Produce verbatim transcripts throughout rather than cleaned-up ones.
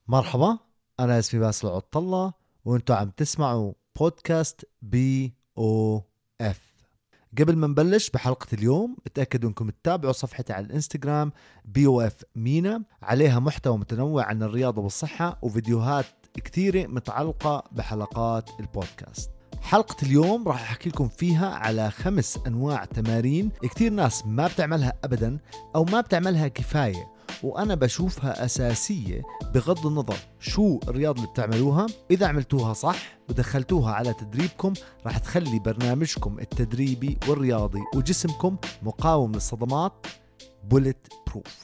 مرحبا، أنا اسمي باسل عطلة وانتو عم تسمعوا بودكاست بي او اف. قبل ما نبلش بحلقة اليوم اتأكدوا انكم تتابعوا صفحتي على الانستغرام بي او اف مينا، عليها محتوى متنوع عن الرياضة والصحة وفيديوهات كثيرة متعلقة بحلقات البودكاست. حلقة اليوم راح أحكي لكم فيها على خمس أنواع تمارين كتير ناس ما بتعملها أبدا أو ما بتعملها كفاية، وأنا بشوفها أساسية بغض النظر شو الرياضة اللي بتعملوها. إذا عملتوها صح ودخلتوها على تدريبكم راح تخلي برنامجكم التدريبي والرياضي وجسمكم مقاوم للصدمات بوليت بروف.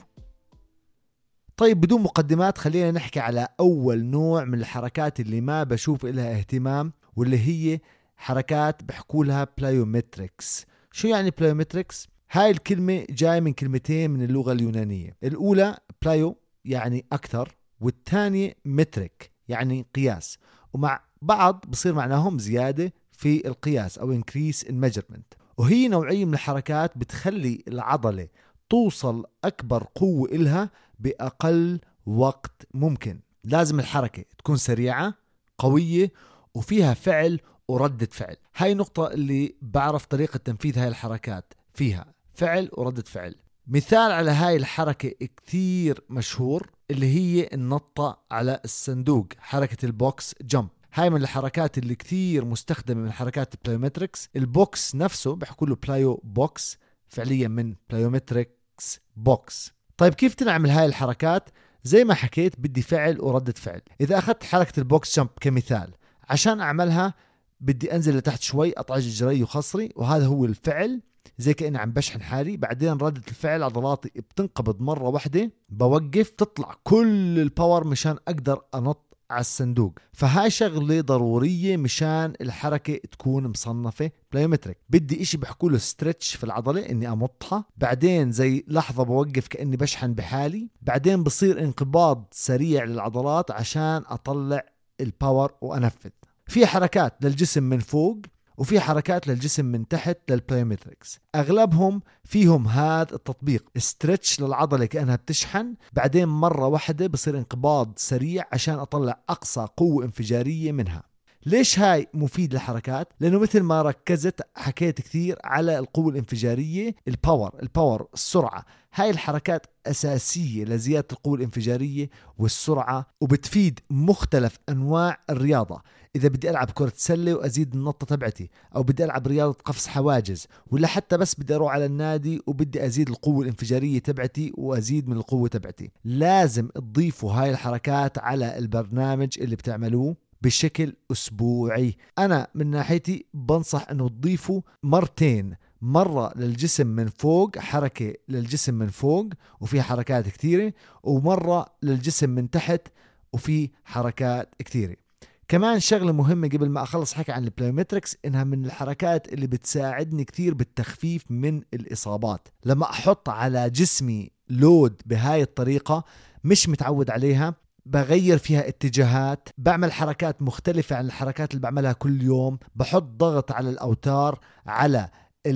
طيب بدون مقدمات خلينا نحكي على أول نوع من الحركات اللي ما بشوف إلها اهتمام، واللي هي حركات بحكولها بلايومتريكس. شو يعني بلايومتريكس؟ هاي الكلمة جاي من كلمتين من اللغة اليونانية، الأولى بلايو يعني أكثر، والثانية متريك يعني قياس، ومع بعض بصير معناهم زيادة في القياس أو increase in measurement. وهي نوعية من الحركات بتخلي العضلة توصل أكبر قوة إلها بأقل وقت ممكن. لازم الحركة تكون سريعة قوية وفيها فعل وردة فعل. هاي نقطة اللي بعرف طريقة تنفيذ هاي الحركات فيها فعل وردة فعل. مثال على هاي الحركة كتير مشهور اللي هي النطة على الصندوق، حركة البوكس جمب. هاي من الحركات اللي كتير مستخدمة من حركات البلايومتريكس. البوكس نفسه بحكوا له بلايو بوكس، فعليا من بلايومتريكس بوكس. طيب كيف تنعمل هاي الحركات؟ زي ما حكيت بدي فعل وردة فعل. إذا أخذت حركة البوكس جمب كمثال، عشان أعملها بدي أنزل لتحت شوي، أطعج جري وخصري، وهذا هو الفعل، زي كأني عم بشحن حالي. بعدين ردة الفعل عضلاتي بتنقبض مرة واحدة، بوقف تطلع كل الباور مشان أقدر أنط على الصندوق. فهاي شغلة ضرورية مشان الحركة تكون مصنفة بلايومتريك. بدي إشي بحكوله ستريتش في العضلة، إني أمطها، بعدين زي لحظة بوقف كأني بشحن بحالي، بعدين بصير انقباض سريع للعضلات عشان أطلع الباور وأنفذ. في حركات للجسم من فوق وفي حركات للجسم من تحت للبلايومتريكس. أغلبهم فيهم هذا التطبيق، استرتش للعضلة كأنها بتشحن، بعدين مرة واحدة بصير انقباض سريع عشان أطلع أقصى قوة انفجارية منها. ليش هاي مفيد للحركات؟ لأنه مثل ما ركزت حكيت كثير على القوة الانفجارية، الباور الباور السرعة. هاي الحركات أساسية لزيادة القوة الانفجارية والسرعة، وبتفيد مختلف أنواع الرياضة. إذا بدي ألعب كرة سلة وأزيد النطة تبعتي، أو بدي ألعب رياضة قفز حواجز، ولا حتى بس بدي أروح على النادي وبدي أزيد القوة الانفجارية تبعتي وأزيد من القوة تبعتي، لازم تضيفوا هاي الحركات على البرنامج اللي بتعملوه بشكل أسبوعي. أنا من ناحيتي بنصح أنه تضيفوا مرتين، مرة للجسم من فوق، حركة للجسم من فوق وفي حركات كثيرة، ومرة للجسم من تحت وفي حركات كثيرة. كمان شغلة مهمة قبل ما أخلص حكي عن البلايومتريكس، إنها من الحركات اللي بتساعدني كثير بالتخفيف من الإصابات. لما أحط على جسمي لود بهاي الطريقة مش متعود عليها، بغير فيها اتجاهات، بعمل حركات مختلفة عن الحركات اللي بعملها كل يوم، بحط ضغط على الأوتار، على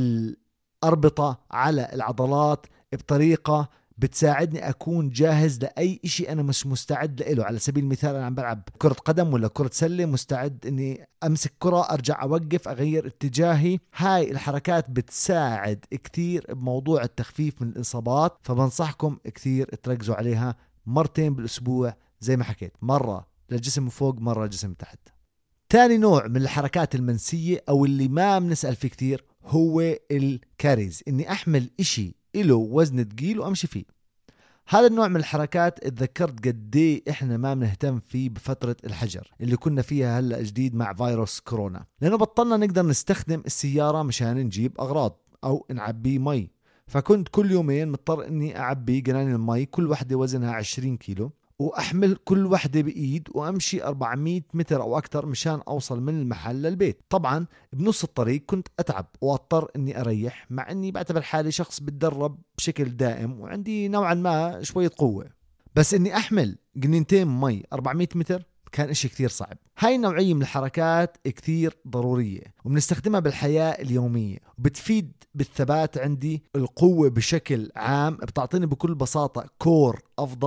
الأربطة، على العضلات بطريقة بتساعدني أكون جاهز لأي إشي أنا مش مستعد له. على سبيل المثال أنا عم بلعب كرة قدم ولا كرة سلة، مستعد أني أمسك كرة، أرجع أوقف، أغير اتجاهي. هاي الحركات بتساعد كتير بموضوع التخفيف من الإصابات، فبنصحكم كتير تركزوا عليها مرتين بالأسبوع زي ما حكيت، مرة للجسم من فوق، مرة للجسم من تحت. تاني نوع من الحركات المنسية أو اللي ما بنسأل فيه كتير هو الكاريز، إني أحمل إشي إله وزن ثقيل وأمشي فيه. هذا النوع من الحركات اتذكرت قديه إحنا ما بنهتم فيه بفترة الحجر اللي كنا فيها هلأ جديد مع فيروس كورونا، لأنه بطلنا نقدر نستخدم السيارة مشان نجيب أغراض أو نعبي مي. فكنت كل يومين مضطر إني أعبي قناني المي، كل واحدة وزنها عشرين كيلو، وأحمل كل واحدة بإيد وأمشي أربعمية متر أو أكتر مشان أوصل من المحل للبيت. طبعا بنص الطريق كنت أتعب وأضطر أني أريح، مع أني بعتبر حالي شخص بتدرب بشكل دائم وعندي نوعا ما شوية قوة، بس أني أحمل قنينتين مي أربعمية متر كان إشي كتير صعب. هاي النوعية من الحركات كتير ضرورية وبنستخدمها بالحياة اليومية، وبتفيد بالثبات عندي، القوة بشكل عام، بتعطيني بكل بساطة كور أفضل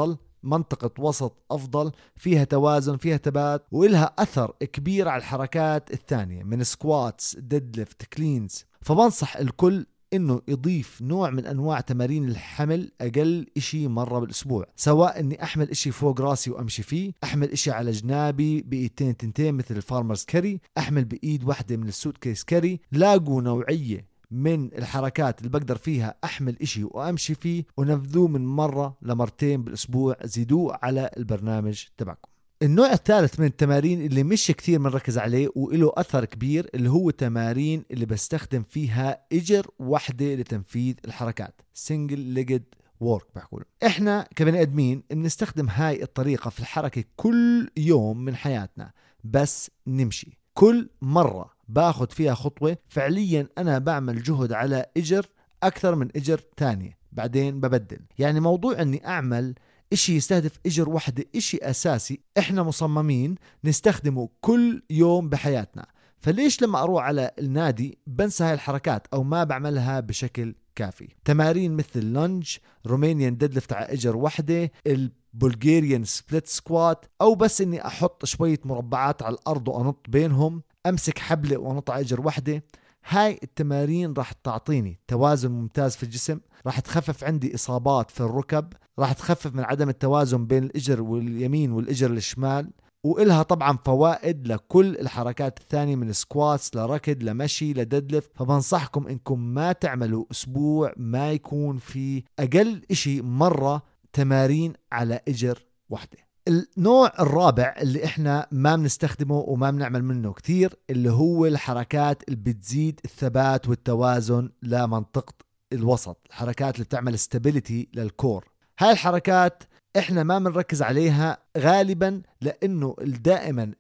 منطقة وسط أفضل، فيها توازن، فيها ثبات، وإلها أثر كبير على الحركات الثانية من سكواتس، ديدليفت، كلينز. فبنصح الكل إنه يضيف نوع من أنواع تمارين الحمل أقل إشي مرة بالأسبوع، سواء إني أحمل إشي فوق راسي وأمشي فيه، أحمل إشي على جنابي بإيدتين تنتين مثل الفارمرز كاري، أحمل بإيد واحدة من السوت كيس كاري. لاقوا نوعية من الحركات اللي بقدر فيها أحمل إشي وأمشي فيه، ونفذوه من مرة لمرتين بالأسبوع، زيدوه على البرنامج تبعكم. النوع الثالث من التمارين اللي مش كتير بنركز عليه وإله أثر كبير، اللي هو تمارين اللي بستخدم فيها إجر واحدة لتنفيذ الحركات، single legged work بحكول. إحنا كبني أدمين بنستخدم هاي الطريقة في الحركة كل يوم من حياتنا، بس نمشي كل مرة باخد فيها خطوة فعليا أنا بعمل جهد على إجر أكثر من إجر تانية، بعدين ببدل. يعني موضوع أني أعمل إشي يستهدف إجر واحدة إشي أساسي إحنا مصممين نستخدمه كل يوم بحياتنا. فليش لما أروح على النادي بنسى هاي الحركات أو ما بعملها بشكل كافي؟ تمارين مثل لانج، رومانيان ديدليفت على إجر واحدة، البلغاريان سبليت سكوات، أو بس إني أحط شوية مربعات على الأرض وأنط بينهم، أمسك حبلة وأنط على إجر واحدة. هاي التمارين راح تعطيني توازن ممتاز في الجسم، راح تخفف عندي إصابات في الركب، راح تخفف من عدم التوازن بين الإجر واليمين والإجر الشمال، وإلها طبعا فوائد لكل الحركات الثانية من سكواتس لركض لمشي لديدليفت. فبنصحكم إنكم ما تعملوا أسبوع ما يكون في أقل إشي مرة تمارين على إجر واحدة. النوع الرابع اللي احنا ما بنستخدمه وما بنعمل منه كتير، اللي هو الحركات اللي بتزيد الثبات والتوازن لمنطقة الوسط، الحركات اللي بتعمل stability للكور. هاي الحركات احنا ما بنركز عليها غالبا، لانه دائما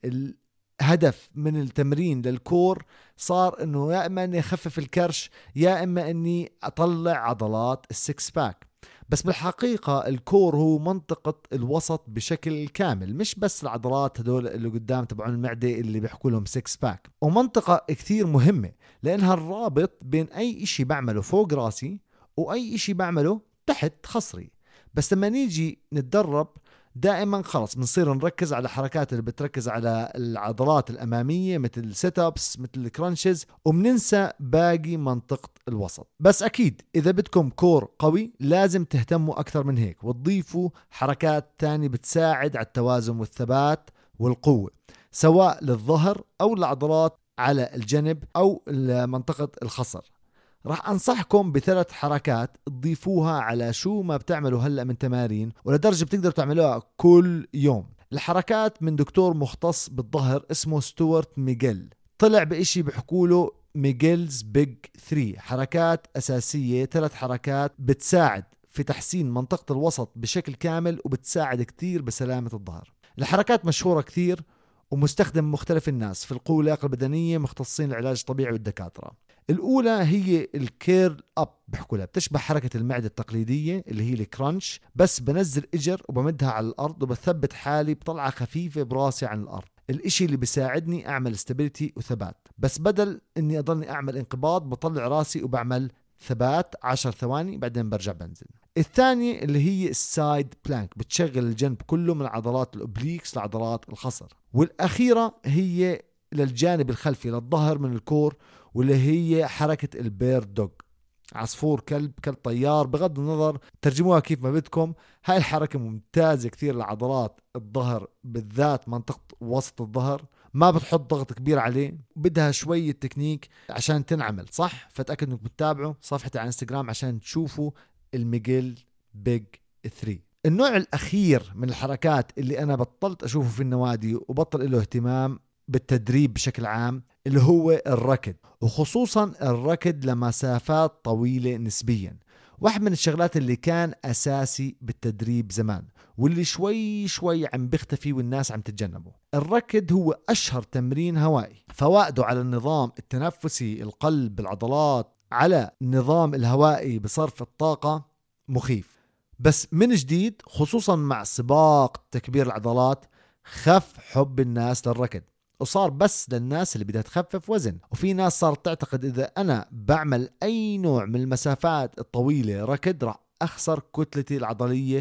الهدف من التمرين للكور صار انه يا اما اني اخفف الكرش يا اما اني اطلع عضلات السكس باك. بس بالحقيقة الكور هو منطقة الوسط بشكل كامل، مش بس العضلات هدول اللي قدام تبعون المعدة اللي بيحكوا لهم سكس باك. ومنطقة كثير مهمة لأنها الرابط بين أي إشي بعمله فوق راسي وأي إشي بعمله تحت خصري. بس لما نيجي نتدرب دائما خلص بنصير نركز على حركات اللي بتركز على العضلات الأمامية مثل السيت أبس مثل الكرانشز، وبننسى باقي منطقة الوسط. بس أكيد إذا بدكم كور قوي لازم تهتموا أكثر من هيك وتضيفوا حركات تانية بتساعد على التوازن والثبات والقوة، سواء للظهر أو العضلات على الجنب أو منطقة الخصر. راح أنصحكم بثلاث حركات تضيفوها على شو ما بتعملوا هلأ من تمارين، ولدرجة بتقدروا تعملوها كل يوم. الحركات من دكتور مختص بالظهر اسمه ستوارت ميغيل، طلع بإشي بحكوله ميغيلز بيج ثري، حركات أساسية، ثلاث حركات بتساعد في تحسين منطقة الوسط بشكل كامل وبتساعد كتير بسلامة الظهر. الحركات مشهورة كتير ومستخدم مختلف الناس في القوة واللياقة البدنية، مختصين العلاج الطبيعي والدكاترة. الأولى هي الكيرل أب بحكوا لها، بتشبه حركة المعدة التقليدية اللي هي الكرانش، بس بنزل إجر وبمدها على الأرض وبثبت حالي بطلعة خفيفة براسي عن الأرض، الإشي اللي بيساعدني أعمل استابيليتي وثبات. بس بدل إني أضلني أعمل انقباض بطلع راسي وبعمل ثبات عشر ثواني بعدين برجع بنزل. الثانية اللي هي السايد بلانك، بتشغل الجنب كله من عضلات الأوبليكس لعضلات الخصر. والأخيرة هي للجانب الخلفي للظهر من الكور، واللي هي حركة البير دوغ، عصفور كلب كلب طيار، بغض النظر ترجموها كيف ما بدكم. هاي الحركة ممتازة كثير لعضلات الظهر، بالذات منطقة وسط الظهر، ما بتحط ضغط كبير عليه، بدها شوية تكنيك عشان تنعمل صح. فتأكد انك بتتابعوا صفحتي على انستغرام عشان تشوفوا الميغيل بيج ثري. النوع الأخير من الحركات اللي أنا بطلت أشوفه في النوادي وبطل له اهتمام بالتدريب بشكل عام، اللي هو الركض، وخصوصا الركض لمسافات طويلة نسبيا. واحد من الشغلات اللي كان أساسي بالتدريب زمان واللي شوي شوي عم بيختفي والناس عم تتجنبه. الركض هو أشهر تمرين هوائي، فوائده على النظام التنفسي، القلب، العضلات، على النظام الهوائي بصرف الطاقة مخيف. بس من جديد خصوصا مع سباق تكبير العضلات خف حب الناس للركض، وصار بس للناس اللي بدها تخفف وزن. وفي ناس صارت تعتقد إذا أنا بعمل أي نوع من المسافات الطويلة ركض راح أخسر كتلتي العضلية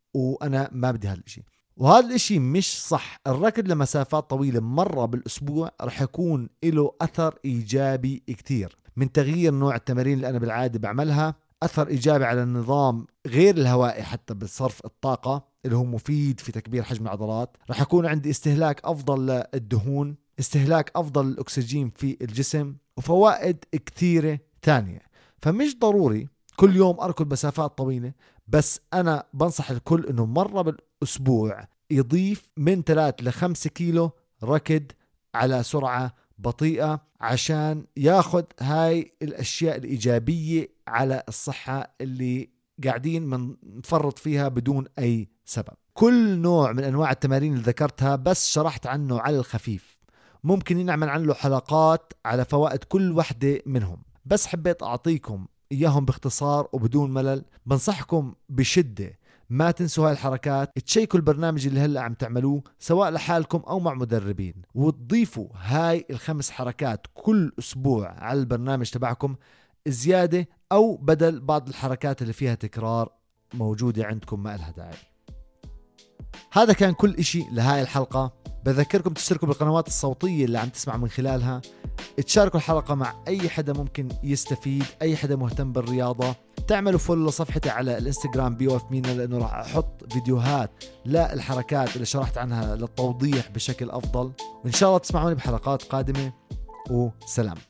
وأنا ما بدي هالإشي. وهذا الإشي مش صح. الركض لمسافات طويلة مرة بالأسبوع رح يكون له أثر إيجابي كتير، من تغيير نوع التمارين اللي أنا بالعادة بعملها، أثر إيجابي على النظام غير الهوائي حتى بصرف الطاقة اللي هو مفيد في تكبير حجم العضلات. رح يكون عندي استهلاك أفضل للدهون، استهلاك أفضل للأكسجين في الجسم، وفوائد كثيرة تانية. فمش ضروري كل يوم أركض مسافات طويلة، بس أنا بنصح الكل إنه مرة بالأسبوع يضيف من ثلاثة لخمسة كيلو ركض على سرعة بطيئة عشان ياخد هاي الأشياء الإيجابية على الصحة اللي قاعدين من نفرط فيها بدون أي سبب. كل نوع من أنواع التمارين اللي ذكرتها بس شرحت عنه على الخفيف، ممكن نعمل عنه حلقات على فوائد كل وحدة منهم، بس حبيت أعطيكم إياهم باختصار وبدون ملل. بنصحكم بشدة ما تنسوا هاي الحركات، تشيكوا البرنامج اللي هلأ عم تعملوه سواء لحالكم أو مع مدربين، وتضيفوا هاي الخمس حركات كل أسبوع على البرنامج تبعكم زيادة أو بدل بعض الحركات اللي فيها تكرار موجودة عندكم ما لها داعي. هذا كان كل إشي لهاي الحلقة. بذكركم تشتركوا بالقنوات الصوتية اللي عم تسمع من خلالها، تشاركوا الحلقة مع أي حدا ممكن يستفيد، أي حدا مهتم بالرياضة. تعملوا فولو لصفحتي على الانستغرام بي او اف مينا، لأنه راح أحط فيديوهات للحركات اللي شرحت عنها للتوضيح بشكل أفضل. وإن شاء الله تسمعوني بحلقات قادمة، وسلام.